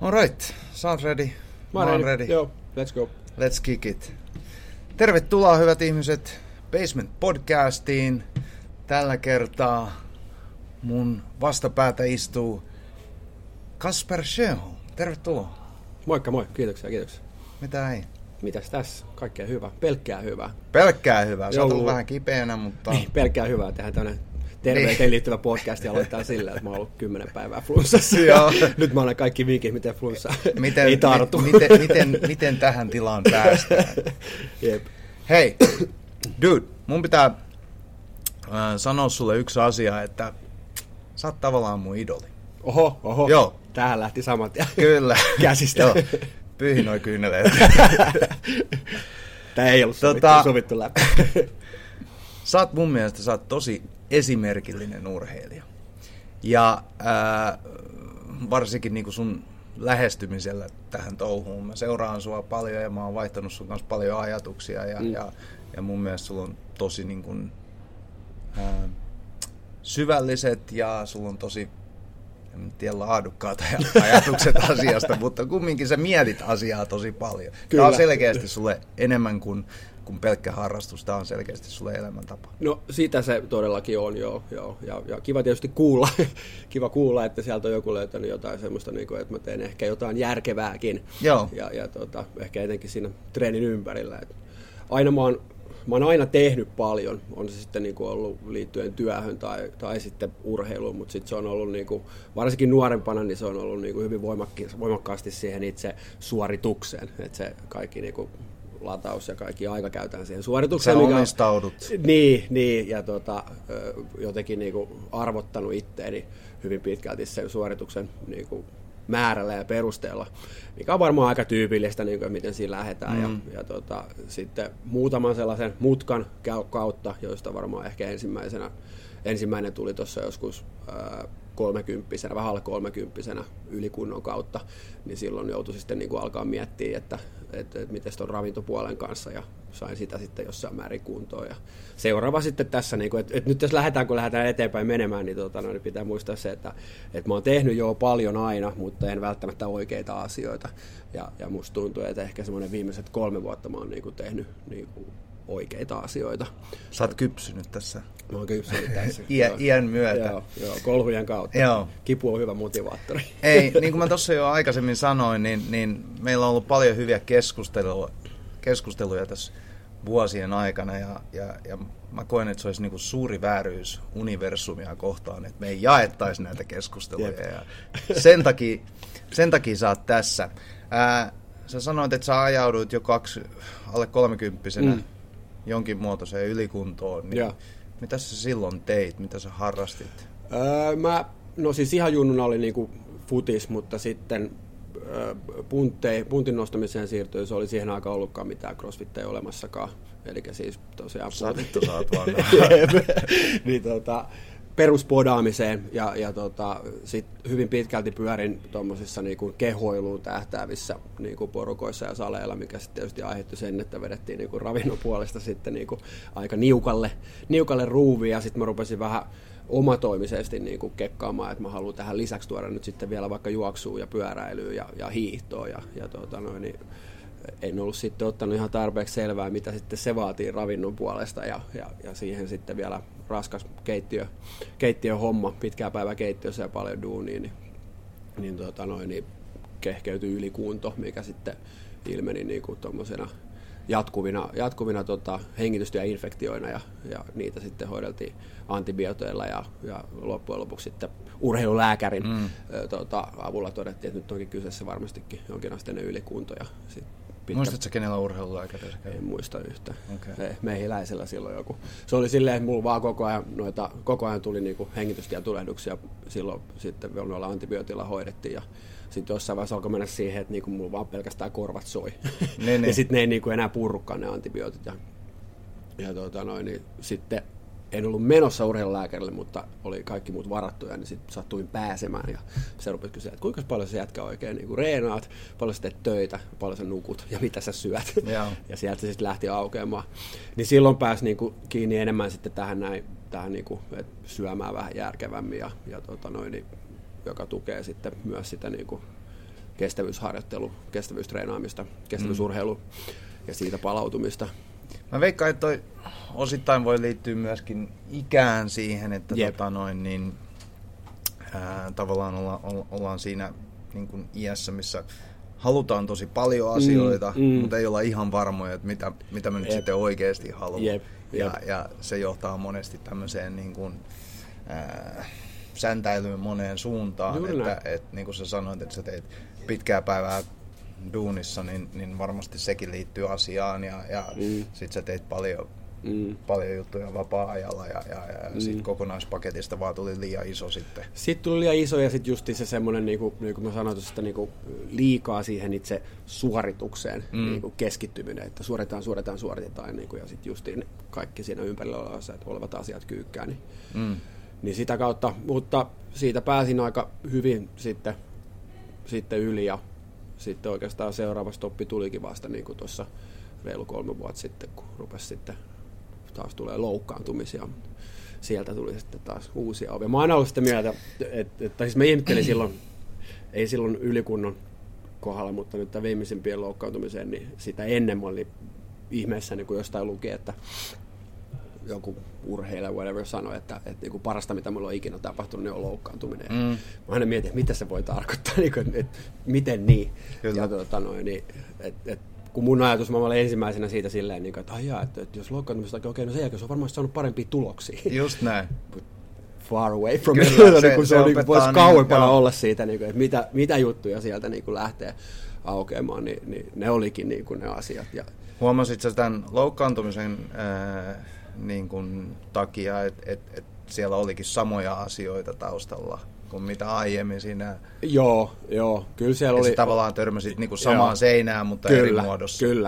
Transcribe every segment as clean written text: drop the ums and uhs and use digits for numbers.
Alright, sä oot ready. Mä oon ready. Joo, let's go. Let's kick it. Tervetuloa hyvät ihmiset Basement Podcastiin. Tällä kertaa mun vastapäätä istuu Kasper Sjöholm. Tervetuloa. Moikka moi, kiitoksia. Mitä ei? Mitäs tässä? Kaikkea hyvää. Pelkkää hyvää. Pelkkää hyvää. Sä oot ollut vähän kipeänä, mutta... Niin, pelkkää hyvää. Tehdään tämmönen terveyteen liittyvä podcast ja aloittaa sillä, että mä oon ollut 10 päivää flunssassa. Nyt mä annan kaikki vinkit, miten flunssa ei tartu. Miten tähän tilaan päästään? Jep. Hei, dude, mun pitää sanoa sulle yksi asia, että sä oot tavallaan mun idoli. Oho. Joo. Tähän lähti saman tien. Kyllä. Käsistä. Joo. Pyyhi noi kyyneleet. Tää ei ollut sovittu läpi. Mun mielestä sä oot tosi esimerkillinen urheilija. Ja varsinkin niin kuin sun lähestymisellä tähän touhuun. Mä seuraan sua paljon ja mä oon vaihtanut sun kanssa paljon ajatuksia. Ja mun mielestä sulla on tosi niin kuin, syvälliset ja sulla on tosi, en tiedä, laadukkaat ajatukset asiasta, mutta kumminkin sä mietit asiaa tosi paljon. Kyllä. Tämä on selkeästi sulle enemmän kuin pelkkä harrastus. Tämä on selkeästi sulle elämäntapa. No sitä se todellakin on, joo. Ja kiva tietysti kuulla, että sieltä on joku löytänyt jotain semmoista, että mä teen ehkä jotain järkevääkin. Joo. Ja ehkä etenkin siinä treenin ympärillä. Mä oon aina tehnyt paljon, on se sitten niin kuin ollut liittyen työhön tai sitten urheiluun, mutta sitten se on ollut niin kuin, varsinkin nuorempana, niin se on ollut niin kuin hyvin voimakkaasti siihen itse suoritukseen, että se kaikki niin kuin lataus ja kaikki aika käytetään siihen suoritukseen. Sä omistaudut. Niin ja jotenkin niin kuin arvottanut itteeni hyvin pitkälti sen suorituksen niin kuin määrällä ja perusteella, mikä on varmaan aika tyypillistä, niin kuin, miten siinä lähdetään. Ja sitten muutaman sellaisen mutkan kautta, joista varmaan ehkä ensimmäinen tuli tuossa joskus 30-vuotiaana, vähän alle 30-vuotiaana ylikunnon kautta, niin silloin joutui sitten niin kuin alkaa miettiä, että miten on ravintopuolen kanssa, ja sain sitä sitten jossain määrin kuntoon. Ja seuraava sitten tässä, niin kuin, että nyt jos kun lähdetään eteenpäin menemään, niin, niin pitää muistaa se, että mä oon tehnyt jo paljon aina, mutta en välttämättä oikeita asioita. Ja musta tuntuu, että ehkä semmoinen viimeiset 3 vuotta mä oon niin kuin tehnyt niin kuin oikeita asioita. Sä oot kypsynyt tässä. Mä oon kypsynyt tässä. Iän myötä. Joo, kolhujen kautta. Joo. Kipu on hyvä motivaattori. Ei, niin kuin mä tuossa jo aikaisemmin sanoin, niin meillä on ollut paljon hyviä keskusteluja tässä vuosien aikana, ja mä koen, että se olisi niin kuin suuri vääryys universumia kohtaan, että me ei jaettaisi näitä keskusteluja. Ja sen takia sä oot tässä. Sä sanoit, että sä ajauduit jo alle 30-vuotiaana jonkin muotoiseen ylikuntoon. Niin mitä sä silloin teit? Mitä sä harrastit? No siis ihan junnuna oli niinku futis, mutta sitten puntin nostamiseen siirtyi. Se oli siihen aikaan ollutkaan mitään crossfitteja olemassakaan. Eli siis tosiaan... Sä oot vaan. Niin peruspodaamiseen ja sit hyvin pitkälti pyörin tuommoisissa niinku kehoiluun tähtäävissä niinku porukoissa ja saleilla, mikä sitten tietysti aiheutti sen, että vedettiin niinku ravinnon puolesta sitten niinku aika niukalle ruuviin, ja sitten mä rupesin vähän omatoimisesti niinku kekkaamaan, että mä haluan tähän lisäksi tuoda nyt sitten vielä vaikka juoksua ja pyöräilyä ja hiihtoa niin en ollut sitten ottanut ihan tarpeeksi selvää, mitä sitten se vaatii ravinnon puolesta, ja siihen sitten vielä raskas keittiöhomma, pitkää päivää keittiössä ja paljon duunia, niin kehkeytyi ylikunto, mikä sitten ilmeni niinku tommosena jatkuvina hengitystyöinfektioina, ja niitä sitten hoideltiin antibiooteilla, ja loppujen lopuksi sitten urheilulääkärin avulla todettiin, että nyt onkin kyseessä varmastikin jonkinasteinen ylikunto. Ja muistatko kenellä urheilulääkäri? En muista yhtään. Okay. Mehiläisellä silloin joku. Se oli silleen, että mulla vaan koko ajan tuli niinku hengitystietulehduksia. Silloin sitten noilla antibiootilla hoidettiin, ja sitten jossain vaiheessa alkoi mennä siihen, että niinku mulla vaan pelkästään korvat soi. Ja sitten ne ei niinku enää purrukaan ne antibiootit. Niin sitten en ollut menossa urheilulääkärille, mutta oli kaikki muut varattuja, niin sitten sattuin pääsemään. Ja se rupesi kysyä, että kuinka paljon sä jätkä oikein niin reenaat, paljon sä teet töitä, paljon sä nukut ja mitä sä syöt. Ja sieltä se sitten lähti aukeamaan. Niin silloin pääsi niin kuin kiinni enemmän sitten tähän niin kuin, syömään vähän järkevämmin, joka tukee sitten myös sitä niin kuin kestävyysharjoittelu, kestävyystreenaamista, kestävyysurheilu ja siitä palautumista. Mä veikkaan, että toi osittain voi liittyä myöskin ikään siihen, että tavallaan ollaan siinä niin kuin iässä, missä halutaan tosi paljon asioita, mutta ei olla ihan varmoja, että mitä me nyt sitten oikeasti haluamme. Ja se johtaa monesti tämmöiseen niin kuin, säntäilyyn moneen suuntaan. Että niin kuin sä sanoit, että sä teet pitkää päivää duunissa, niin varmasti sekin liittyy asiaan. Ja sit sä teit paljon juttuja vapaa-ajalla ja sit kokonaispaketista vaan tuli liian iso sitten. Sitten tuli liian iso ja sitten just se semmoinen, niin kuin mä sanoin, että liikaa siihen itse suoritukseen keskittyminen, että suoritetaan niin kuin, ja sitten justiin kaikki siinä ympärillä olevat asiat kyykkää. Niin sitä kautta, mutta siitä pääsin aika hyvin sitten yli ja sitten oikeastaan seuraava stoppi tulikin vasta niin kuin tuossa reilu 3 vuotta sitten, kun rupesi sitten taas tulee loukkaantumisia. Sieltä tuli sitten taas uusia ovia. Mä oon aina ollut sitä mieltä, että siis mä ihmettelin silloin, ei silloin ylikunnon kohdalla, mutta nyt tämän viimeisimpien loukkaantumiseen, niin sitä ennen mä olin ihmeessäni, kun jostain luki, että joku urheilija whatever sanoi, että niin kuin parasta, mitä mulla on ikinä tapahtunut, niin on loukkaantuminen. Mä aina mietin, että mitä se voi tarkoittaa, että miten niin. Kyllä. Ja kun mun ajatus, mä olin ensimmäisenä siitä silleen, että jos loukkaantumista on okei, no sen jälkeen se on varmasti saanut parempia tuloksia. Just näin. Far away from it. Se voisi kauempana olla siitä, että mitä juttuja sieltä lähtee aukeamaan, niin ne olikin ne asiat. Huomasitko tämän loukkaantumisen takia, että siellä olikin samoja asioita taustalla kuin mitä aiemmin siinä? Joo, kyllä siellä oli. Tavallaan törmäsit samaan seinään, mutta eri muodossa. Kyllä.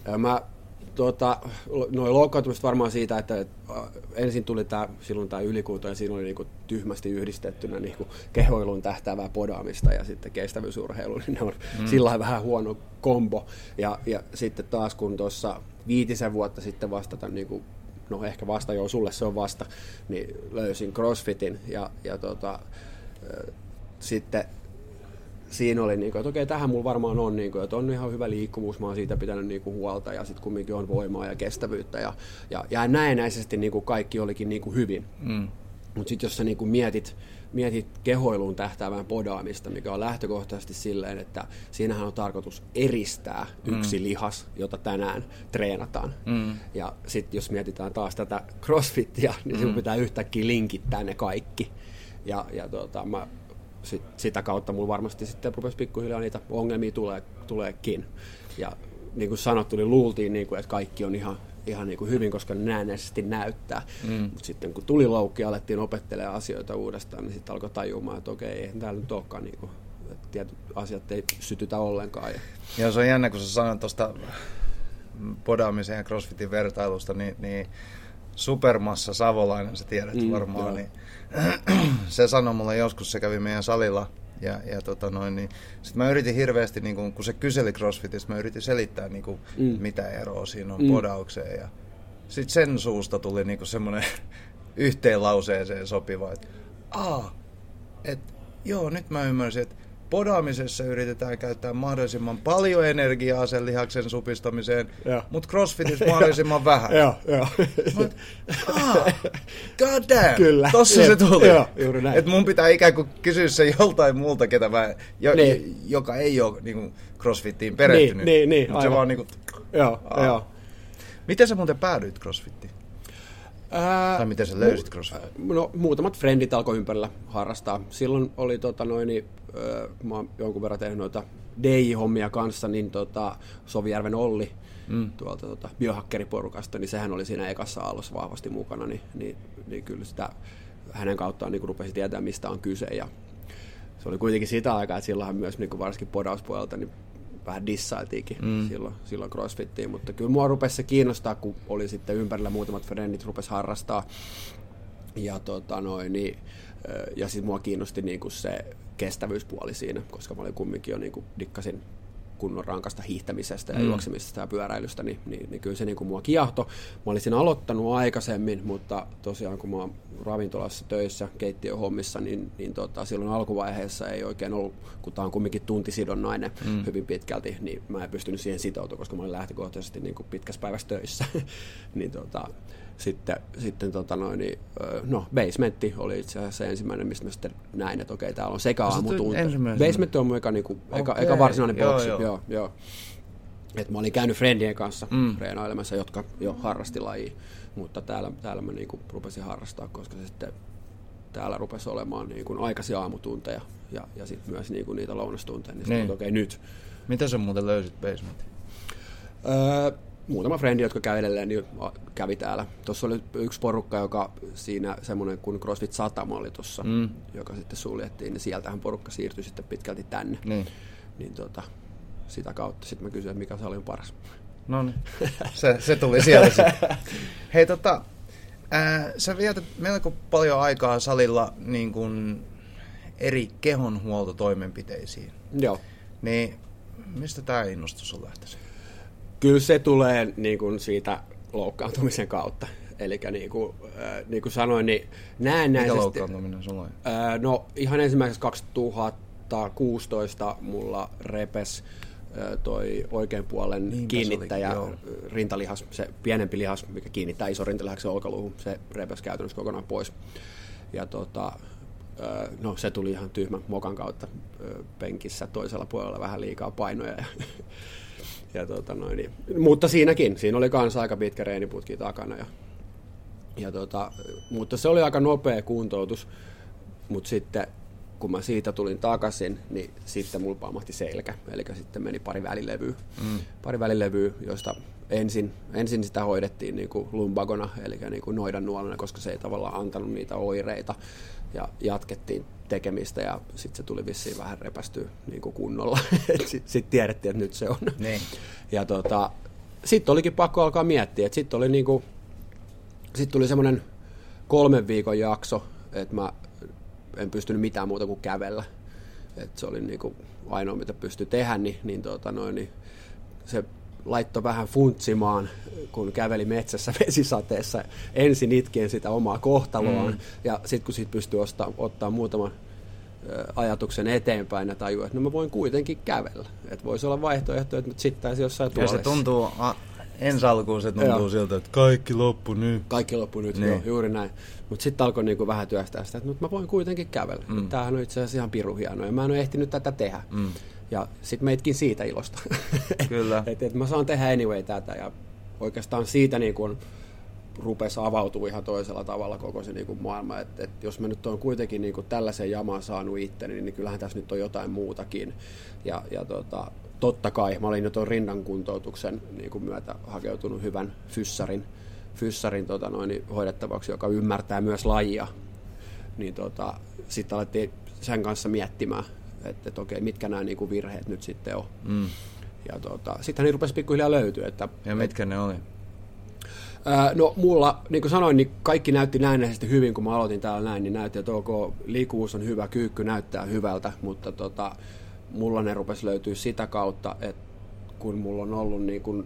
Noin loukkaantumiset varmaan siitä, että ensin tuli silloin tämä ylikunto ja siinä oli tyhmästi yhdistettynä kehoiluun tähtäävää podaamista ja sitten kestävyysurheilu, niin ne on sillä vähän huono kombo. Ja sitten taas kun tuossa 5 vuotta sitten vastata, ehkä vasta sulle se on vasta, niin löysin CrossFitin ja sitten siinä oli, että okei, tähän mulla varmaan on, että on ihan hyvä liikkuvuus, mä oon siitä pitänyt huolta ja sitten kumminkin on voimaa ja kestävyyttä ja näennäisesti kaikki olikin hyvin. Mutta sitten jos sä mietit kehoiluun tähtäävään podaamista, mikä on lähtökohtaisesti silleen, että siinähän on tarkoitus eristää yksi lihas, jota tänään treenataan. Ja sitten jos mietitään taas tätä CrossFitia, niin sinun pitää yhtäkkiä linkittää ne kaikki. Sitä kautta mulla varmasti sitten rupesi pikkuhiljaa niitä ongelmia tuleekin. Ja niin kuin sanottu, niin luultiin, että kaikki on ihan hyvin, koska ne näennäisesti näyttää. Mutta sitten kun tuli loukki ja alettiin opettelemaan asioita uudestaan, niin sitten alkoi tajumaan, että okei, eihän täällä nyt olekaan, että tietyt asiat ei sytytä ollenkaan. Ja se on jännä, kun sä sanoit tuosta podaamisen ja CrossFitin vertailusta, niin Supermassa Savolainen, sä tiedät varmaan, niin se sanoi mulle joskus, se kävi meidän salilla, niin sitten mä yritin hirveästi, kun se kyseli CrossFitista, mä yritin selittää, mitä eroa siinä on podaukseen, ja sitten sen suusta tuli semmoinen yhteen lauseeseen sopiva, että nyt mä ymmärsin, että podaamisessa yritetään käyttää mahdollisimman paljon energiaa sen lihaksen supistamiseen, mutta CrossFitissä mahdollisimman vähän. God damn, kyllä, tossa se tuli. Että mun pitää ikään kuin kysyä se joltain muulta, joka ei ole CrossFittiin perehtynyt. Mutta se vaan Miten sä muuten päädyit CrossFittiin? Tai miten sä löysit CrossFitin? No, muutamat frendit alkoi ympärillä harrastaa. Silloin oli mä oon jonkun verran tehnyt noita DJ-hommia kanssa, niin Sovijärven Olli tuolta biohakkeriporukasta, niin sehän oli siinä ekassa aallossa vahvasti mukana, niin kyllä sitä hänen kauttaan rupesi tietää, mistä on kyse. Ja se oli kuitenkin sitä aikaa, että silloinhan myös varsinkin podauspuolelta niin vähän dissailtiinkin silloin CrossFittiin, mutta kyllä mua rupesi se kiinnostaa, kun oli sitten ympärillä muutamat frendit rupesi harrastaa. Ja ja sitten mua kiinnosti se kestävyyspuoli siinä, koska mä olin kumminkin jo dikkasin kunnon rankasta hiihtämisestä ja juoksemisesta ja pyöräilystä, niin kyllä se niin kuin mua kiehto. Mä olisin aloittanut aikaisemmin, mutta tosiaan kun mä oon ravintolassa töissä, keittiöhommissa, niin silloin alkuvaiheessa ei oikein ollut, kun tää on kumminkin tuntisidonnainen hyvin pitkälti, niin mä en pystynyt siihen sitoutumaan, koska mä olin lähtökohtaisesti niin kuin pitkässä päivässä töissä. niin sitten Basementti oli itse asiassa ensimmäinen, mistä mä sitten näin, että okei, täällä on sekä aamutunti. Basement on mun eka varsinainen boksi. Joo. Et mä olin käynyt friendien kanssa treenailemassa, jotka jo harrasti lajia, mutta täällä mä niinku rupesin harrastaa, koska sitten täällä rupesi olemaan niinku aikaisia aamutunteja ja sitten myös niinku niitä lounastunteja, niin sitten okei, nyt. Mitä sä muuten löysit Basementin? Muutama frendi, jotka käy edelleen, niin kävi täällä. Tuossa oli yksi porukka, joka siinä semmoinen kuin CrossFit Satama oli tuossa, joka sitten suljettiin, niin sieltähän porukka siirtyi sitten pitkälti tänne. Niin sitä kautta sitten mä kysyin, että mikä sali on paras. No niin, se tuli sieltä sitten. Hei sä vietät melko paljon aikaa salilla niin kuin eri kehonhuoltotoimenpiteisiin. Joo. Niin mistä tää innostus on lähtöisin? Kyllä se tulee niin kuin siitä loukkaantumisen kautta. Eli niin kuin sanoin, niin näennäisesti... Mitä loukkaantuminen sulla on? No ihan ensimmäiseksi 2016 mulla repes toi oikean puolen kiinnittäjä rintalihas, se pienempi lihas, mikä kiinnittää iso rintalihaksen olkaluuhun, se repes käytännössä kokonaan pois. Ja se tuli ihan tyhmän mokan kautta penkissä toisella puolella vähän liikaa painoja. Mutta siinä oli kanssa aika pitkä reeniputki takana. Mutta se oli aika nopea kuntoutus, mutta sitten kun mä siitä tulin takaisin, niin sitten mulla pamahti selkä, eli sitten meni pari välilevyä, joista ensin sitä hoidettiin niin kuin lumbagona, eli niin kuin noidannuolena, koska se ei tavallaan antanut niitä oireita, ja jatkettiin tekemistä, ja sitten se tuli vissiin vähän repästyä niin kuin kunnolla, sitten tiedettiin, että nyt se on. Niin. Ja sitten olikin pakko alkaa miettiä, että sitten tuli semmoinen 3 viikon jakso, että mä en pystynyt mitään muuta kuin kävellä. Et se oli niinku ainoa, mitä pystyi tehdä, niin se laittoi vähän funtsimaan, kun käveli metsässä vesisateessa. Ensin itkien sitä omaa kohtaloaan, ja sitten kun siitä pystyi ottaa muutaman ajatuksen eteenpäin ja tajua, että mä voin kuitenkin kävellä. Että voisi olla vaihtoehto, että nyt sittäisi jossain tuolissa. Ja se tuntuu... Ensi alkuun se tuntuu siltä, että kaikki loppu nyt. Joo, juuri näin. Mutta sitten alkoi niinku vähän työstää sitä, että mä voin kuitenkin kävellä. Tämähän on itse asiassa ihan pirun hienoa, ja mä en ole ehtinyt tätä tehdä. Ja sitten mä itkin siitä ilosta. Kyllä. et mä saan tehdä anyway tätä, ja oikeastaan siitä niinku rupesi avautua ihan toisella tavalla koko se niinku maailma. Et jos mä nyt oon kuitenkin niinku tällaisen jamaan saanut itteni, niin kyllähän tässä nyt on jotain muutakin. Totta kai, mä olin jo tuon rinnan kuntoutuksen niin kuin myötä hakeutunut hyvän fyssarin hoidettavaksi, joka ymmärtää myös lajia. Niin sitten alettiin sen kanssa miettimään, että okei, mitkä nämä niin kuin virheet nyt sitten on. Ja sittenhän niin rupesi pikkuhiljaa löytyä. Ja mitkä ne oli? No mulla, niin kuin sanoin, niin kaikki näytti näennäisesti hyvin, kun mä aloitin täällä näin, niin näytti, että liikkuvuus on hyvä, kyykky näyttää hyvältä, mutta mulla ne rupesi löytyä sitä kautta, että kun mulla on ollut niin kuin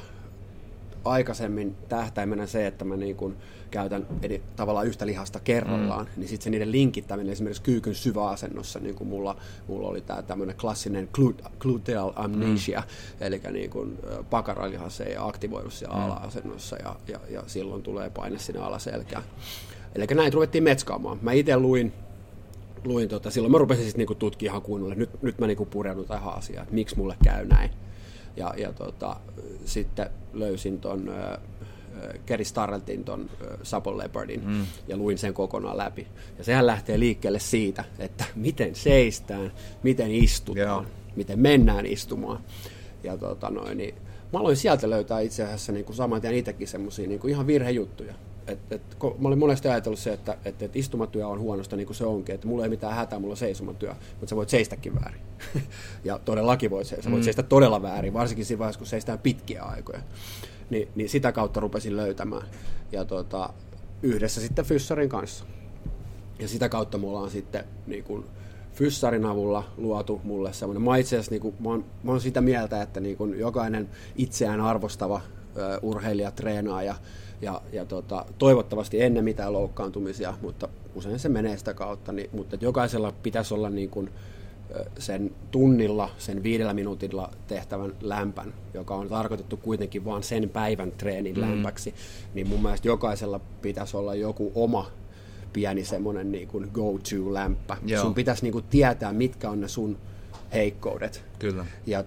aikaisemmin tähtäimenä se, että mä niin kuin käytän tavallaan yhtä lihasta kerrallaan, niin sitten se niiden linkittäminen esimerkiksi kyykyn syväasennossa, niin kuin mulla oli tämä tämmöinen klassinen gluteal amnesia, eli niin kuin pakaralihas ei aktivoidu siellä ala-asennossa ja silloin tulee paine sinne alaselkään. Eli näitä ruvettiin metskaamaan. Mä itse luin silloin mä rupesin sitten niinku tutkimaan ihan kunnolla, nyt mä niinku pureudun tähän asiaan, että miksi mulle käy näin. Ja sitten löysin ton Kerry Starreltin ton Supple Leopardin ja luin sen kokonaan läpi. Ja sehän lähtee liikkeelle siitä, että miten seistään, miten istutaan, miten mennään istumaan. Ja niin mä aloin sieltä löytää itse asiassa niinku saman tien itsekin semmosia niinku ihan virhejuttuja. Mä olin monesti ajatellut se, että istumatyö on huonosta niin kuin se onkin, että mulla ei mitään hätää, mulla on seisomatyö, mutta sä voit seistäkin väärin. Ja todellakin sä voit seistä todella väärin, varsinkin siinä vaiheessa, kun seistään pitkiä aikoja. Niin sitä kautta rupesin löytämään. Ja yhdessä sitten fyssarin kanssa. Ja sitä kautta mulla on sitten niin kuin fyssarin avulla luotu mulle semmoinen. Mä itse asiassa niin mä oon sitä mieltä, että niin kuin jokainen itseään arvostava urheilija treenaa ja toivottavasti ennen mitään loukkaantumisia, mutta usein se menee sitä kautta, mutta jokaisella pitäisi olla niin kuin sen tunnilla, sen 5 minuutilla tehtävän lämpän, joka on tarkoitettu kuitenkin vain sen päivän treenin lämpäksi, niin mun mielestä jokaisella pitäisi olla joku oma pieni semmoinen niin kuin go-to-lämpä. Joo. Sun pitäisi niin kuin tietää, mitkä on ne sun heikkoudet. Kyllä. Ja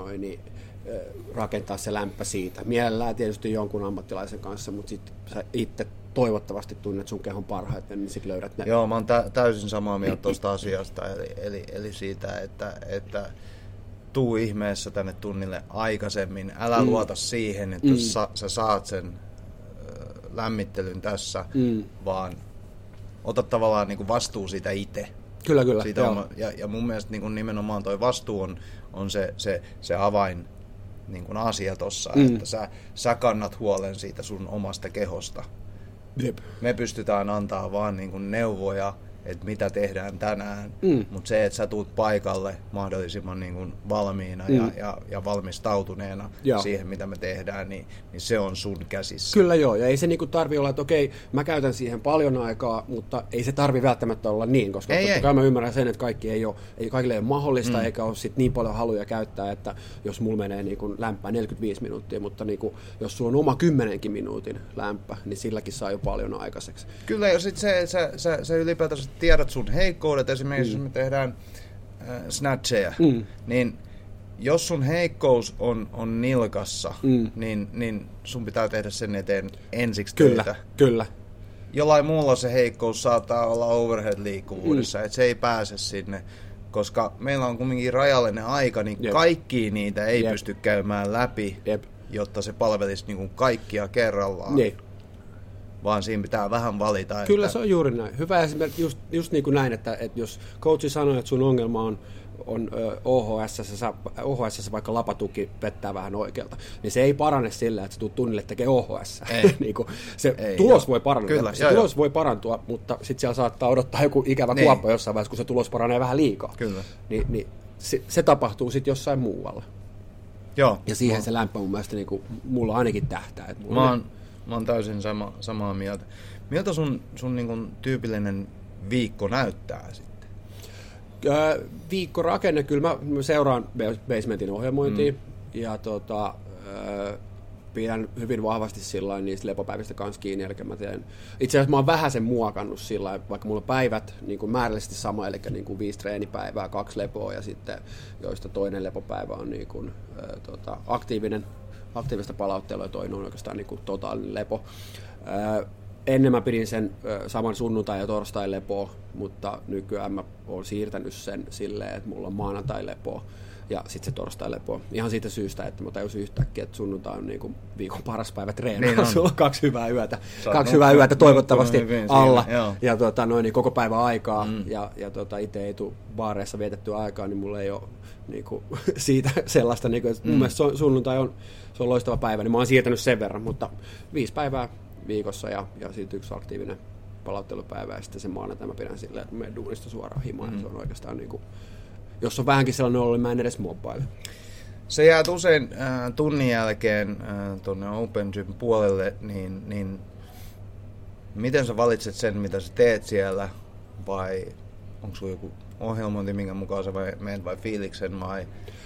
rakentaa se lämpö siitä. Mielellään tietysti jonkun ammattilaisen kanssa, mutta sitten sä itse toivottavasti tunnet sun kehon parhaiten, niin sitten löydät ne. Joo, mä oon täysin samaa mieltä tuosta asiasta, eli siitä, että tuu ihmeessä tänne tunnille aikaisemmin, älä luota siihen, että sä saat sen lämmittelyn tässä, vaan ota tavallaan niin kuin vastuu siitä itse. Kyllä. Siitä ja mun mielestä niin kuin nimenomaan toi vastuu on se avain niin kuin asia tossa, että sä kannat huolen siitä sun omasta kehosta. Jep. Me pystytään antaa vaan niin kuin neuvoja, että mitä tehdään tänään, mutta se, että sä tuut paikalle mahdollisimman niin kuin valmiina ja valmistautuneena siihen, mitä me tehdään, niin se on sun käsissä. Kyllä joo, ja ei se niinku tarvi olla, että okei, mä käytän siihen paljon aikaa, mutta ei se tarvi välttämättä olla niin, koska totta kai mä ymmärrän sen, että kaikille ei ole mahdollista, eikä ole sit niin paljon haluja käyttää, että jos mulla menee niinku lämpää 45 minuuttia, mutta niinku, jos sulla on oma 10 minuutin lämpä, niin silläkin saa jo paljon aikaiseksi. Kyllä, ja sitten se ylipäätänsä tiedät sun heikkoudet, esimerkiksi jos me tehdään snatcheja, niin jos sun heikkous on nilkassa, niin sun pitää tehdä sen eteen ensiksi töitä. Kyllä. Jollain muulla se heikkous saattaa olla overhead-liikkuvuudessa, että se ei pääse sinne, koska meillä on kuitenkin rajallinen aika, niin kaikkia niitä ei pysty käymään läpi, jotta se palvelisi niin kuin kaikkia kerrallaan. Vaan siinä pitää vähän valita. Kyllä se on juuri näin. Hyvä esimerkki just niin kuin näin, että jos coachi sanoo, että sun ongelma on OHS, vaikka lapatuki pettää vähän oikealta, niin se ei parane sillä, että sä tulet tunnille tekemään OHS. Niin tulos voi parantua. Kyllä, tulos voi parantua, mutta sitten siellä saattaa odottaa joku ikävä kuoppa jossain vaiheessa, kun se tulos paranee vähän liikaa. Kyllä. Niin se tapahtuu sitten jossain muualla. Joo. Ja siihen se lämpö mun mielestä niin kuin, mulla ainakin tähtää. Että mä oon täysin samaa mieltä. Miltä sun niin kuin tyypillinen viikko näyttää sitten? Viikkorakenne, kyllä mä seuraan Basementin ohjelmointia ja pidän hyvin vahvasti sillain niistä lepopäivistä kanssa kiinni, eli mä teen, itse asiassa mä oon vähän sen muokannut sillain, vaikka mulla on päivät niin kuin määrällisesti sama, eli niin kuin 5 treenipäivää, 2 lepoa ja sitten joista toinen lepopäivä on niin kuin, aktiivista palauttelua ja toinen on oikeastaan niin kuin totaalinen lepo. Ennen mä pidin sen saman sunnuntai- ja torstai-lepoa, mutta nykyään mä oon siirtänyt sen silleen, että mulla on maanantai-lepoa ja sitten se torstai-lepoa. Ihan siitä syystä, että mä tajusin yhtäkkiä, että sunnuntai on niinku viikon paras päivä treenaa. Niin sulla on 2 hyvää yötä. 2 hyvää yötä toivottavasti alla ja niin koko päivä aikaa. Ja itse ei tule baareissa vietettyä aikaa, niin mulla ei ole niinku, siitä sellaista, niinku, että mun mielestä sunnuntai on loistava päivä, niin mä oon siirtänyt sen verran, mutta 5 päivää viikossa ja sitten 1 aktiivinen palauttelupäivä ja sitten sen maanantai mä pidän silleen, että mä menen duunista suoraan himaan. Se on oikeastaan niin kuin, jos on vähänkin sellainen ollut, niin mä en edes mobbaile. Se jäät usein tunnin jälkeen tuonne Open Gym puolelle, niin miten sä valitset sen, mitä sä teet siellä, vai onko sulla joku ohjelmointi, minkä mukaan sä menet vai fiiliksen vai?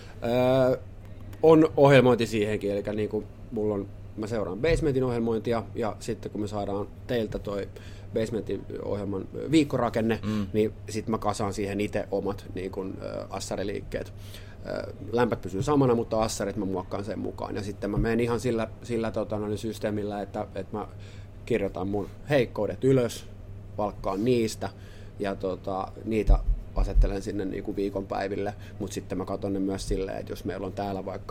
On ohjelmointi siihenkin, eli niin kuin mä seuraan Basementin ohjelmointia ja sitten kun me saadaan teiltä toi Basementin ohjelman viikkorakenne, niin sitten mä kasaan siihen itse omat niin kun, assariliikkeet. Lämpät pysyy samana, mutta assarit mä muokkaan sen mukaan. Ja sitten mä menen ihan sillä systeemillä, että mä kirjoitan mun heikkoudet ylös, valkkaan niistä ja niitä asettelen sinne niin kuin viikonpäiville, mutta sitten mä katson ne myös silleen, että jos meillä on täällä vaikka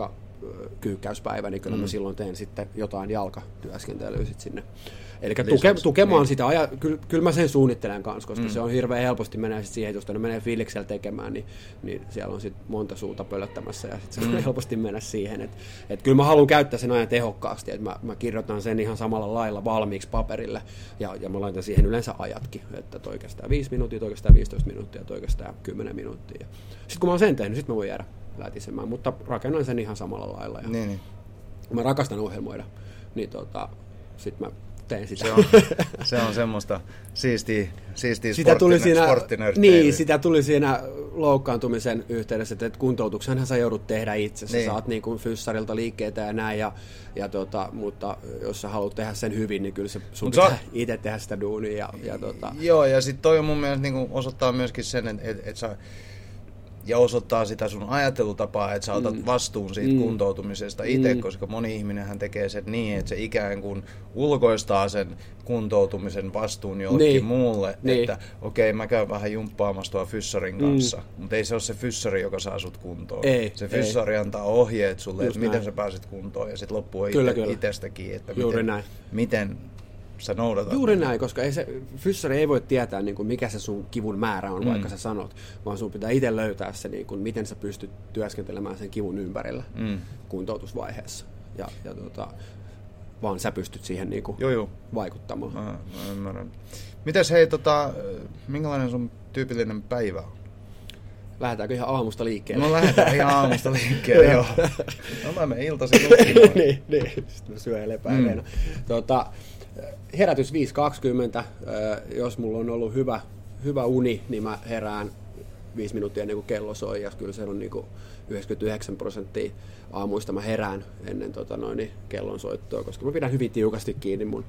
kyykkäyspäivä, niin kyllä mä silloin teen sitten jotain jalkatyöskentelyä sit sinne. Eli tukemaan sitä, kyllä mä sen suunnittelen kanssa, koska se on hirveän helposti menee sit siihen, jos menee fiiliksellä tekemään, niin siellä on sit monta suuta pölöttämässä ja sitten se on helposti mennä siihen. Et kyllä mä haluan käyttää sen ajan tehokkaasti, että mä kirjoitan sen ihan samalla lailla valmiiksi paperille ja mä laitan siihen yleensä ajatkin, että toi kestää 5 minuuttia, toi kestää 15 minuuttia, toi kestää 10 minuuttia. Sitten kun mä oon sen tehnyt, sit mä voin jäädä lätisemään, mutta rakennan sen ihan samalla lailla. Ja niin. Kun mä rakastan ohjelmoida, niin sit mä teen sitä. Se on semmoista siistiä sporttinörtteilyä. Niin, sitä tuli siinä loukkaantumisen yhteydessä, että kuntoutuksenhan sä joudut tehdä itse. Sä saat niin kuin fyssarilta liikkeitä ja näin, mutta jos sä haluat tehdä sen hyvin, niin kyllä sun pitää itse tehdä sitä duunia. Joo, ja sitten toi on mun mielestä niin osoittaa myöskin sen, että sä ja osoittaa sitä sun ajattelutapaa, että sä otat vastuun siitä kuntoutumisesta itse, koska moni ihminenhän tekee sen niin, että se ikään kuin ulkoistaa sen kuntoutumisen vastuun jollekin muulle, että okei, mä käyn vähän jumppaamassa tuon fyssarin kanssa, mutta ei se ole se fyssari, joka saa sut kuntoon. Se fyssari antaa ohjeet sulle, että miten sä pääset kuntoon, ja sitten loppu on itsestäkin, että miten sä noudatat. Juuri näin, koska fyssari ei voi tietää, niin kuin mikä se sun kivun määrä on, vaikka sä sanot, vaan sun pitää itse löytää se, niin kuin, miten sä pystyt työskentelemään sen kivun ympärillä kuntoutusvaiheessa. Vaan sä pystyt siihen niin kuin vaikuttamaan. Mä ymmärrän. Mites hei, minkälainen sun tyypillinen päivä on? Lähdetäänkö ihan aamusta liikkeelle? No lähdetään ihan aamusta liikkeelle, joo. No mä menen iltaisin nukkumaan. niin, sitten mä syön lepäileenä. Herätys 5.20, jos mulla on ollut hyvä uni, niin mä herään 5 minuuttia ennen kuin kello soi, ja kyllä se on niin kuin 99% aamuista mä herään ennen kellon soittoa, koska mä pidän hyvin tiukasti kiinni mun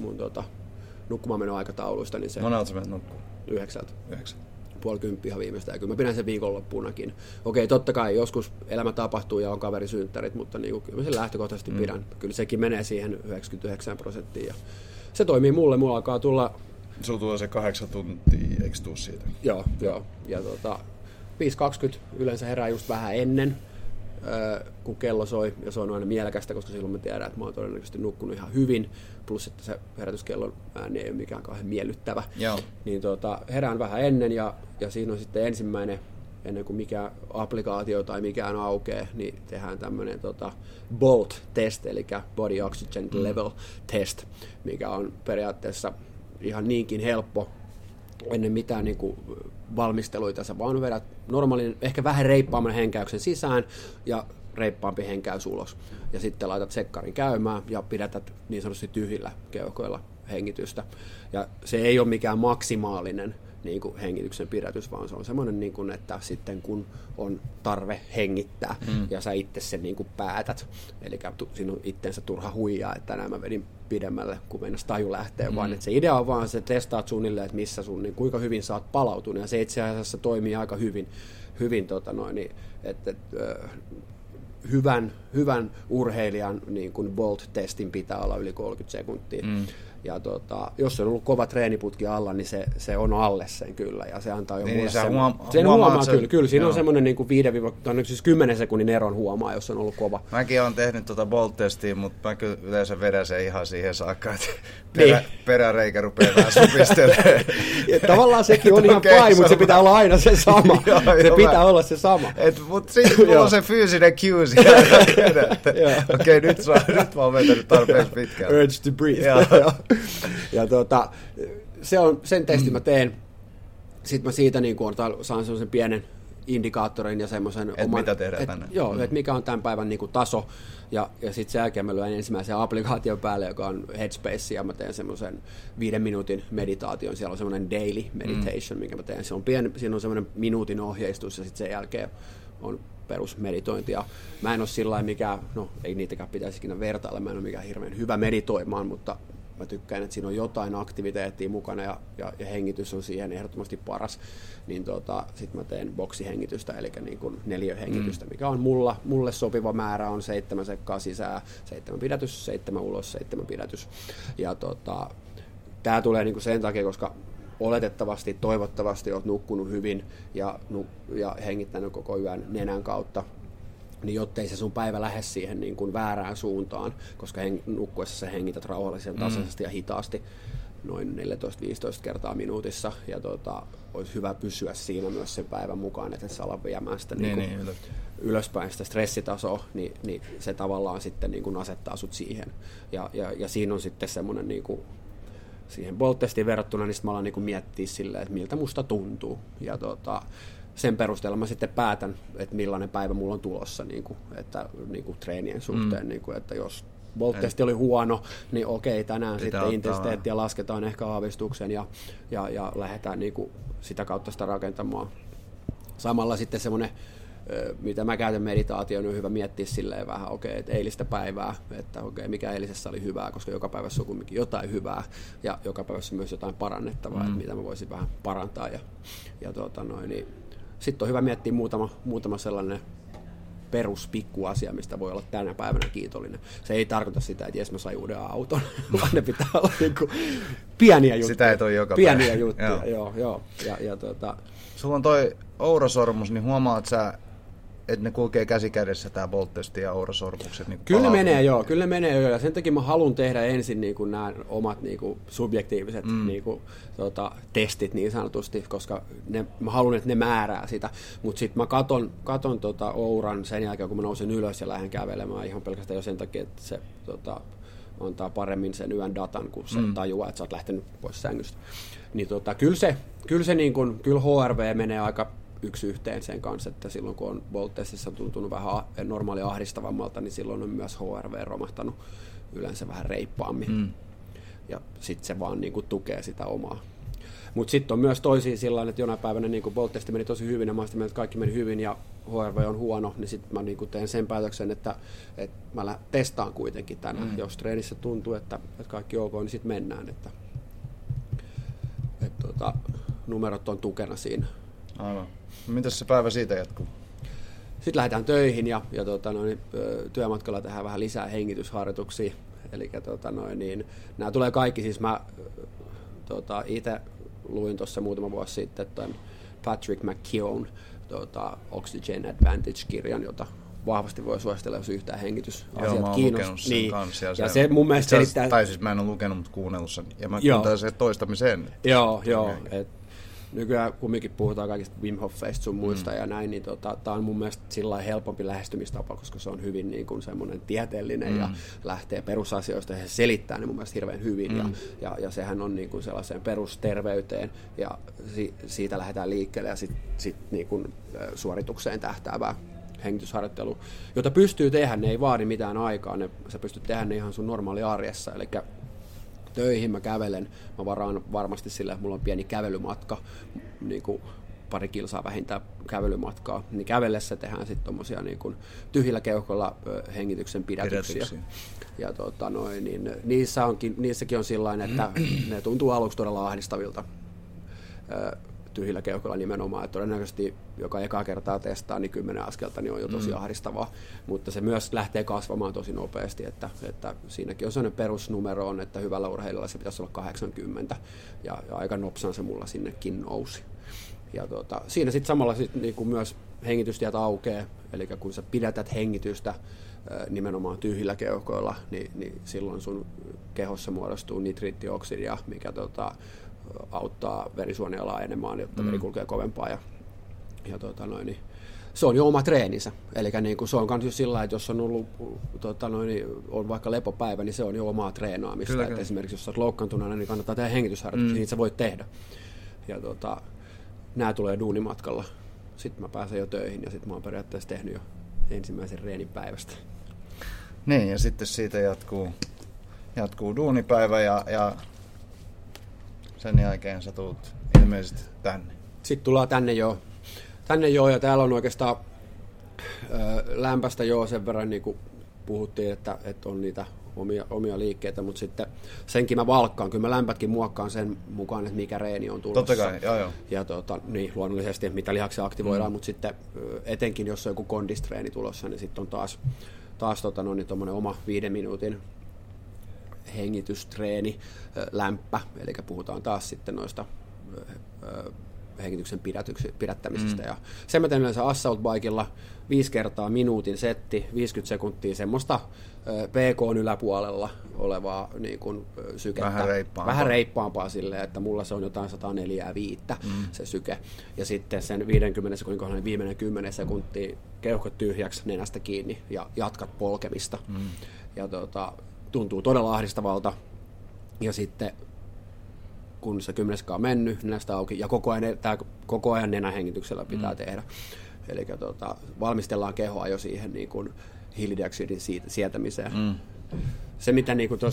nukkumaanmenoaikatauluista. Niin monelta sä menet nukkuu? 9. 9:30 ihan viimeistä, ja kyllä mä pidän sen viikonloppuunakin. Okei, totta kai joskus elämä tapahtuu ja on kaverisynttärit, mutta niin kyllä mä sen lähtökohtaisesti pidän. Kyllä sekin menee siihen 99%. Ja se toimii mulla alkaa tulla... Sulla tulee se 8 tuntia, eikö tuu siitä? Joo. Ja 5.20 yleensä herää just vähän ennen, kun kello soi, ja se on aina mielekästä, koska silloin mä tiedän, että mä oon todennäköisesti nukkunut ihan hyvin, plus että se herätyskellon ääni ei ole mikään kauhean miellyttävä. Joo. Niin herään vähän ennen, ja siinä on sitten ensimmäinen, ennen kuin mikään applikaatio tai mikään aukeaa, niin tehdään tämmöinen BOLT-test, eli Body Oxygen Level Test, mikä on periaatteessa ihan niinkin helppo ennen mitään niin kuin valmisteluita. Sä vaan vedät normaalin, ehkä vähän reippaamman henkäyksen sisään ja reippaampi henkäys ulos. Ja sitten laitat sekkarin käymään ja pidätät niin sanotusti tyhjillä keuhkoilla hengitystä. Ja se ei ole mikään maksimaalinen niin kuin hengityksen pidätys, vaan se on semmoinen, niin kuin, että sitten kun on tarve hengittää ja sä itse sen niin kuin päätät, eli siinä on itsensä turha huijaa, että tänään mä vedin pidemmälle, kun meinas taju lähtee, vaan että se idea on vaan, se testaat suunnilleen, että missä sun, niin kuinka hyvin sä oot palautunut, ja se itse asiassa toimii aika hyvin hyvän urheilijan niin kuin Bolt-testin pitää olla yli 30 sekuntia. Ja jos se on ollut kova treeniputki alla, niin se on alle sen kyllä, ja se antaa jo mulle sen huomaa kyllä. Siinä on semmoinen niin kuin 10 sekunnin eron huomaa, jos on ollut kova. Mäkin olen tehnyt Bolt-testia, mutta mä kyllä yleensä vedän sen ihan siihen saakka, että peräreikä rupeaa vähän supistelemaan. Tavallaan sekin on ihan fine, mutta se pitää olla aina se sama. Se pitää olla se sama. Mutta sitten mulla on se fyysinen cue siellä. Okei, nyt mä oon vetänyt tarpeeksi pitkään. Urge to breathe. Ja sen testin mä teen. Sitten mä siitä niin saan sellaisen pienen indikaattorin ja semmoisen oman... mitä tehdään tänne. Joo, että mikä on tämän päivän niin kuin taso. Ja sitten sen jälkeen mä lyön ensimmäisen applikaation päälle, joka on Headspace, ja mä teen semmoisen 5 minuutin meditaation. Siellä on semmoinen daily meditation, minkä mä teen. Siinä on semmoinen minuutin ohjeistus, ja sitten sen jälkeen on perusmeditointi. Ja mä en ole sillain mikään, ei niitäkään pitäisi ikinä vertailla, mä en ole mikään hirveän hyvä meditoimaan, mutta mä tykkään, että siinä on jotain aktiviteettia mukana, ja hengitys on siihen ehdottomasti paras. Niin sitten mä teen boksihengitystä, eli niin kuin 4-hengitystä, mikä on mulle sopiva määrä on 7 sekkaa sisään, 7 pidätys, 7 ulos, 7 pidätys. Ja tää tulee niin kuin sen takia, koska oletettavasti, toivottavasti olet nukkunut hyvin ja hengittänyt koko yön nenän kautta. niin jottei se sun päivä lähde siihen niin kuin väärään suuntaan, koska nukkuessa sä hengität rauhallisen tasaisesti ja hitaasti noin 14-15 kertaa minuutissa, ja olisi hyvä pysyä siinä myös sen päivän mukaan, että et saa olla viemään sitä ylöspäin sitä stressitasoa, niin se tavallaan sitten niin kuin asettaa sut siihen. Ja siinä on sitten semmoinen niin kuin siihen Bolt-testiin verrattuna, niin mä alan niin kuin miettiä silleen, että miltä musta tuntuu. Ja sen perusteella mä sitten päätän, että millainen päivä mulla on tulossa niin kuin treenien suhteen. Niin kuin, että jos Bolt-testi oli huono, niin okei, tänään sitten intensiteettiä lasketaan ehkä aavistuksen ja lähdetään niin kuin sitä kautta sitä rakentamaan. Samalla sitten semmoinen, mitä mä käytän meditaatioon, on hyvä miettiä silleen vähän, että eilistä päivää, että mikä eilisessä oli hyvää, koska joka päivässä on kuitenkin jotain hyvää ja joka päivässä myös jotain parannettavaa, että mitä mä voisin vähän parantaa. Niin sitten on hyvä miettiä muutama sellainen peruspikkuasia, mistä voi olla tänä päivänä kiitollinen. Se ei tarkoita sitä, että jes mä sain uuden auton, vaan ne pitää olla niinku pieniä juttuja. Sitä ei toi joka pieniä päivä. Juttuja, joo. Sulla on toi ourasormus, niin huomaat sä, että ne kulkee käsi kädessä, tämä Bolt-testi ja ourasormukset? Niin kyllä ne menee jo, ja sen takia mä haluan tehdä ensin niin kuin nämä omat niin kuin subjektiiviset niin kuin, testit niin sanotusti, koska mä haluan, että ne määrää sitä, mutta sitten mä katon ouran sen jälkeen, kun mä nousen ylös ja lähden kävelemään ihan pelkästään jo sen takia, että se antaa paremmin sen yön datan, kun se tajuaa, että sä oot lähtenyt pois sängystä. Niin kyllä HRV menee aika yksi yhteen sen kanssa, että silloin kun on Bolt-testissä tuntunut vähän normaalia ahdistavammalta, niin silloin on myös HRV romahtanut yleensä vähän reippaammin. Ja sitten se vaan niin kuin tukee sitä omaa. Mutta sitten on myös toisia sillä että jonain päivänä niin Bolt-testi meni tosi hyvin ja mä että kaikki meni hyvin ja HRV on huono, niin sitten mä niin kuin teen sen päätöksen, että mä testaan kuitenkin tänään. Jos treenissä tuntuu, että kaikki ok, niin sitten mennään. Että numerot on tukena siinä. Aivan. Mitäs se päivä siitä jatkuu? Sitten lähdetään töihin ja työmatkalla tehdään vähän lisää hengitysharjoituksia. Eli nämä tulee kaikki, siis mä itse luin tuossa muutama vuosi sitten tämän Patrick McKeown Oxygen Advantage-kirjan, jota vahvasti voi suositella, jos yhtään hengitysasiat kiinnostaa. Niin. Ja se mun mielestä selittää... Tai siis mä en ole lukenut, mutta kuunnellut sen. Ja mä kuuntelin sen toistamiseen. Joo. Nykyään kumminkin puhutaan kaikista Wim Hofeista sun muista ja näin, niin tää on mun mielestä sillä helpompi lähestymistapa, koska se on hyvin niin kuin semmoinen tieteellinen ja lähtee perusasioista ja se selittää ne mun mielestä hirveän hyvin ja sehän on niin kuin sellaiseen perusterveyteen ja siitä lähdetään liikkeelle ja sit niin kuin suoritukseen tähtäävää hengitysharjoittelu, jota pystyy tehdä, ne ei vaadi mitään aikaa, sä pystyt tehdä ne ihan sun normaali arjessa, eli töihin mä kävelen, mä varaan varmasti sillä, että mulla on pieni kävelymatka, niin kuin 2 kilsaa vähintään kävelymatkaa, niin kävellessä tehdään sitten tommosia niin kuin tyhjillä keuhkoilla hengityksen pidätyksiä. Ja niissäkin on sillain, että ne tuntuu aluksi todella ahdistavilta tyhjillä keuhkoilla nimenomaan, että todennäköisesti joka ekaa kertaa testaa, niin 10 askelta niin on jo tosi ahdistavaa, mutta se myös lähtee kasvamaan tosi nopeasti, että siinäkin on sellainen perusnumero on, että hyvällä urheilijalla se pitäisi olla 80, ja aika nopsaan se mulla sinnekin nousi. Ja siinä sitten samalla niin kuin myös hengitystiet aukeaa, eli kun sä pidätät hengitystä nimenomaan tyhjillä keuhkoilla, niin silloin sun kehossa muodostuu nitriittioksidia, mikä auttaa verisuonia laajenemaan, jotta veri kulkee kovempaa. Niin se on jo oma treeninsä. Eli niin se on myös sillä, että jos on ollut on vaikka lepopäivä, niin se on jo omaa treenaamista. Että esimerkiksi jos olet loukkaantuneena, niin kannattaa tehdä hengitysharjoituksia, niitä sä voit tehdä. Ja nämä tulee duunimatkalla. Sitten mä pääsen jo töihin ja sitten mä oon periaatteessa tehnyt jo ensimmäisen reenin päivästä. Niin, ja sitten siitä jatkuu duunipäivä ja sen jälkeen sä tulet ilmeisesti tänne. Sitten tullaan tänne joo, ja täällä on oikeastaan lämpästä joo sen verran, niin kuin puhuttiin, että on niitä omia liikkeitä, mutta sitten senkin mä valkkaan, kyllä mä lämpätkin muokkaan sen mukaan, että mikä reeni on tulossa. Totta kai, joo. Ja niin, luonnollisesti, mitä lihaksia aktivoidaan, mutta sitten etenkin, jos on joku kondistreeni tulossa, niin sitten on taas tommoinen oma 5 minuutin hengitystreeni, lämpä, eli puhutaan taas sitten noista hengityksen pidättämisestä. Ja sen mä teen yleensä assault bikella 5 kertaa minuutin setti, 50 sekuntia semmoista PK:n yläpuolella olevaa niin kuin sykettä. Vähän reippaampaa silleen, että mulla se on jotain 104,5 se syke. Ja sitten sen 50 sekunnin kohdalla viimeinen 10 sekuntia keuhkot tyhjäksi, nenästä kiinni ja jatkat polkemista. Ja tuntuu todella ahdistavalta. Ja sitten kun se 10 on mennyt, nenästä auki, ja koko ajan nenähengityksellä pitää tehdä. Eli valmistellaan kehoa jo siihen niin kuin hiilidioksidin sietämiseen. Se, mitä niin kuin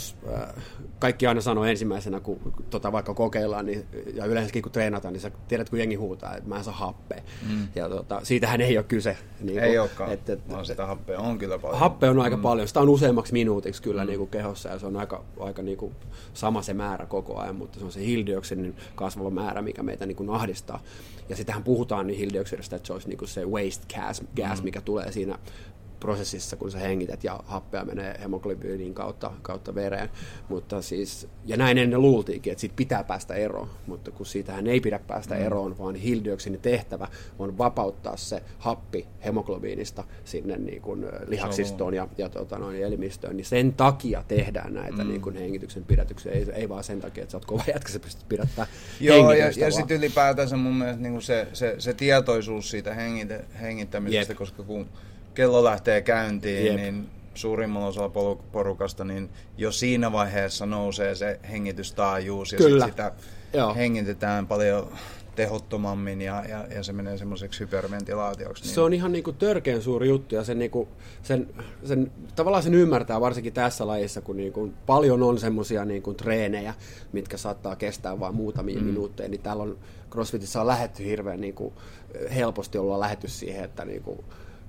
kaikki aina sanoo ensimmäisenä, kun vaikka kokeillaan, niin, ja yleensäkin kun treenataan, niin sä tiedät, kun jengi huutaa, että mä en saa happea. Ja siitähän ei ole kyse. Niin ei olekaan, vaan sitä happea on kyllä paljon. Happea on aika paljon. Sitä on useammaksi minuutiksi kyllä niin kuin kehossa, ja se on aika niin kuin sama se määrä koko ajan, mutta se on se hiilidioksidin kasvava määrä, mikä meitä niin kuin ahdistaa. Ja sitähän puhutaan niin hiilidioksidista, että se olisi niin kuin se waste gas, mikä tulee siinä prosessissa, kun sä hengität ja happea menee hemoglobiinin kautta vereen. Mutta siis, ja näin ennen luultiinkin, että siitä pitää päästä eroon, mutta kun siitähän ei pidä päästä eroon, vaan hiilidioksidin tehtävä on vapauttaa se happi hemoglobiinista sinne niin kuin lihaksistoon ja elimistöön, niin sen takia tehdään näitä niin kuin hengityksen pidätyksiä, ei vaan sen takia, että sä oot kova jätkä, sä pystyt pidättämään hengitystä. Ja sitten ylipäätänsä mun mielestä niin kuin se tietoisuus siitä hengittämisestä, koska kun kello lähtee käyntiin, niin suurimmalla osalla porukasta, niin jo siinä vaiheessa nousee se hengitystaajuus ja sitä hengitetään paljon tehottomammin ja se menee semmoiseksi hyperventilaatioksi. Niin. Se on ihan niinku törkeän suuri juttu ja tavallaan sen ymmärtää varsinkin tässä lajissa, kun niinku paljon on semmoisia niinku treenejä, mitkä saattaa kestää vain muutamia minuutteja, niin täällä on CrossFitissä on lähdetty hirveän niinku helposti ollaan lähdetty siihen, että niinku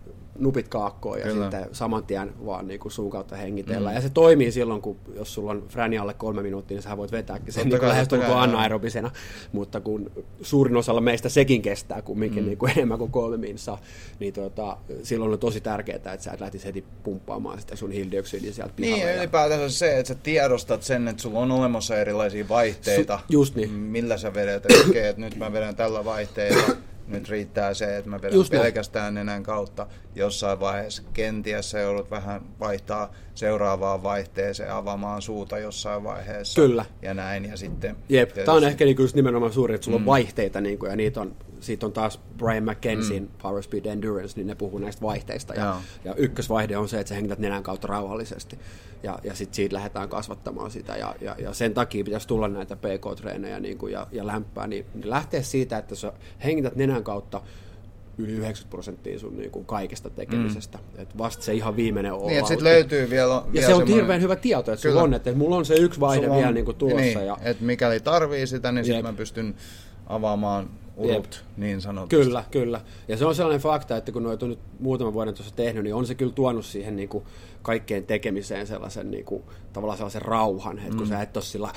nupit kaakkoon ja sitten saman tien vaan niin kuin suun kautta hengitellään. Ja se toimii silloin, jos sulla on fräni alle 3 minuuttia, niin sä voit vetääkin sen niin lähestulkoon anaerobisena. Mutta kun suurin osalla meistä sekin kestää kumminkin niin kuin enemmän kuin 3 minsaa, niin silloin on tosi tärkeää, että sä et lähtisi heti pumppaamaan sitä sun hiilidioksidia sieltä pihalle. Niin, ylipäätänsä se, että sä tiedostat sen, että sulla on olemassa erilaisia vaihteita, millä sä vedät. Että nyt mä vedän tällä vaihteella. Nyt riittää se, että mä vedän pelkästään nenän kautta. Jossain vaiheessa kenties sä joudut vähän vaihtaa seuraavaan vaihteeseen, avaamaan suuta jossain vaiheessa. Kyllä. Ja näin. Ja sitten tämä on ehkä niinku just nimenomaan suuri, että sulla on vaihteita, niinku, ja siitä on taas Brian McKenzien Power Speed Endurance, niin ne puhuu näistä vaihteista. Ja ykkösvaihde on se, että sä hengität nenän kautta rauhallisesti. Ja sitten siitä lähdetään kasvattamaan sitä. Ja sen takia pitäisi tulla näitä PK-treenejä niinku, ja lämpää. Niin lähteä siitä, että sä hengität nenän kautta yli 90% sun niinku kaikesta tekemisestä. Et vasta se ihan viimeinen on. Niin, sitten löytyy vielä ja se on hirveän hyvä tieto, että sulla on, että mulla on se yksi vaihde vielä niinku tulossa. Niin, että mikäli tarvii sitä, niin sitten mä pystyn avaamaan urut niin sanotusti. Kyllä. Ja se on sellainen fakta, että kun noita on nyt muutaman vuoden tuossa tehnyt, niin on se kyllä tuonut siihen niinku kaikkeen tekemiseen sellaisen niinku, tavallaan sellaisen rauhan, että kun sä et ole sillä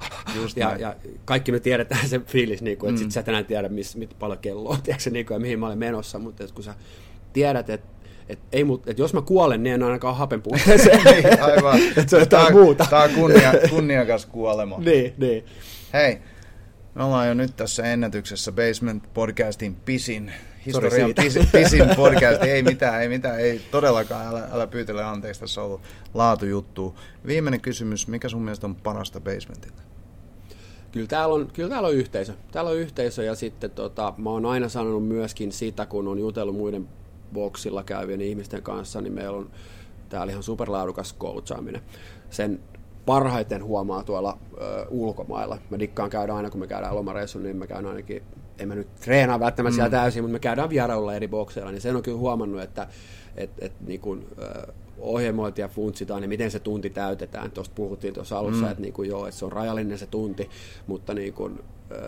ja kaikki me tiedetään se fiilis, niinku, että sit sä et enää tiedä, mitä paljon kello on, tiedätkö, niinku, ja mihin mä olen menossa, mutta kun sä tiedät, että jos mä kuolen, niin en ainakaan hapen puutteeseen. Aivan. Että se on jotain muuta. Tää on kunniakas kuolema. Niin. Hei, me ollaan jo nyt tässä ennätyksessä Basement Podcastin historian pisin podcast. Ei mitään, ei todellakaan, älä pyytele anteeksi, tässä on ollut laatujuttua. Viimeinen kysymys, mikä sun mielestä on parasta Basementilla? Kyllä täällä on yhteisö. Täällä on yhteisö ja sitten mä oon aina sanonut myöskin sitä, kun on jutellut muiden boksilla käyvien ihmisten kanssa, niin meillä on täällä ihan superlaadukas coachaaminen. Sen parhaiten huomaa tuolla ulkomailla. Mä dikkaan käydä aina, kun me käydään lomareissulla, niin mä käyn ainakin, en mä nyt treenaa välttämättä siellä täysin, mutta me käydään vierailulla eri bokseilla, niin sen on kyllä huomannut, että niin kun, ohjelmointi ja funtsitaan, niin miten se tunti täytetään. Tuosta puhuttiin tuossa alussa, että, niin kun, että se on rajallinen se tunti, mutta niin kun,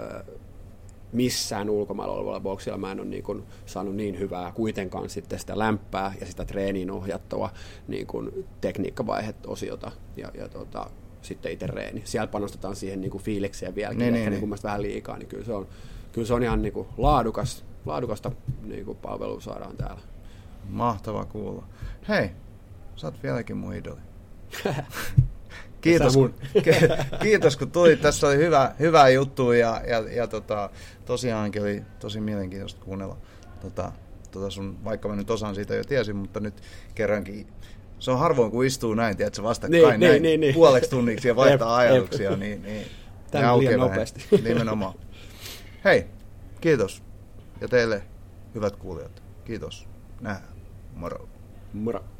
missään ulkomailla olevalla boksilla mä en ole niin kun, saanut niin hyvää kuitenkaan sitten sitä lämpää ja sitä treeniin ohjattua niin kun, tekniikkavaihe-osiota ja sitten itse reeni. Siellä panostetaan siihen niin kun, fiilikseen vieläkin, ehkä niin kun vähän liikaa, niin kyllä se on ihan niin kun, laadukasta niin kun, palvelua saadaan täällä. Mahtava kuulla. Hei, sä oot vieläkin mun idoli. Kiitos kun tulit. Tässä oli hyvä juttu ja tosiaankin oli tosi mielenkiintoista kuunnella sun, vaikka mä nyt osaan siitä jo tiesin, mutta nyt kerrankin se on harvoin kun istuu näin, tiedätkö, vastakkain niin. Puoleksi tunniksi ja vaihtaa ajatuksia, niin tämä on liian nopeasti. Nimenomaan. Hei, kiitos. Ja teille, hyvät kuulijat, kiitos. Nähdään. Moro. Moro.